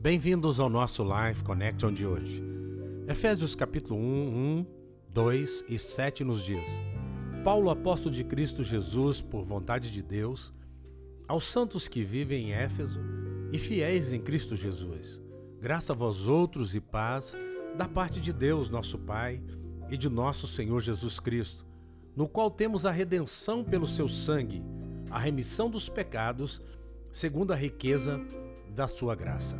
Bem-vindos ao nosso Life Connection de hoje. Efésios capítulo 1, 2 e 7 nos diz: Paulo, apóstolo de Cristo Jesus, por vontade de Deus, aos santos que vivem em Éfeso e fiéis em Cristo Jesus, graça a vós outros e paz da parte de Deus, nosso Pai, e de nosso Senhor Jesus Cristo, no qual temos a redenção pelo seu sangue, a remissão dos pecados, segundo a riqueza da sua graça.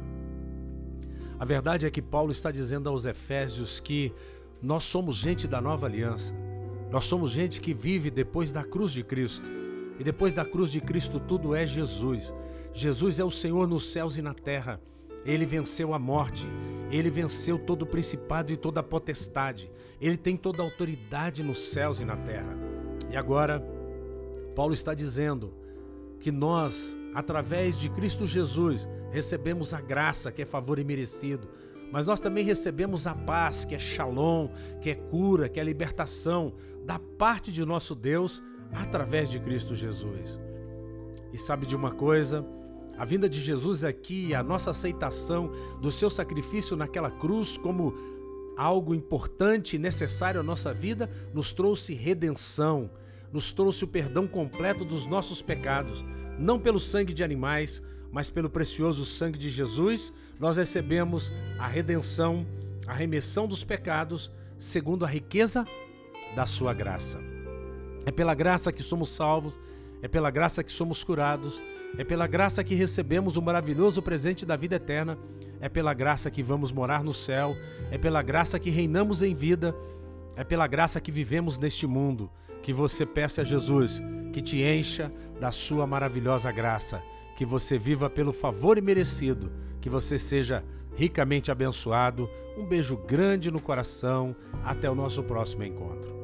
A verdade é que Paulo está dizendo aos Efésios que nós somos gente da nova aliança. Nós somos gente que vive depois da cruz de Cristo. E depois da cruz de Cristo tudo é Jesus. Jesus é o Senhor nos céus e na terra. Ele venceu a morte. Ele venceu todo o principado e toda a potestade. Ele tem toda a autoridade nos céus e na terra. E agora, Paulo está dizendo que nós, através de Cristo Jesus, recebemos a graça, que é favor imerecido, mas nós também recebemos a paz, que é shalom, que é cura, que é libertação, da parte de nosso Deus, através de Cristo Jesus. E sabe de uma coisa? A vinda de Jesus aqui, a nossa aceitação do seu sacrifício naquela cruz como algo importante e necessário à nossa vida, nos trouxe redenção, nos trouxe o perdão completo dos nossos pecados, não pelo sangue de animais, mas pelo precioso sangue de Jesus, nós recebemos a redenção, a remissão dos pecados, segundo a riqueza da sua graça. É pela graça que somos salvos, é pela graça que somos curados, é pela graça que recebemos o maravilhoso presente da vida eterna, é pela graça que vamos morar no céu, é pela graça que reinamos em vida, é pela graça que vivemos neste mundo, que você peça a Jesus que te encha da sua maravilhosa graça, que você viva pelo favor imerecido, que você seja ricamente abençoado. Um beijo grande no coração, até o nosso próximo encontro.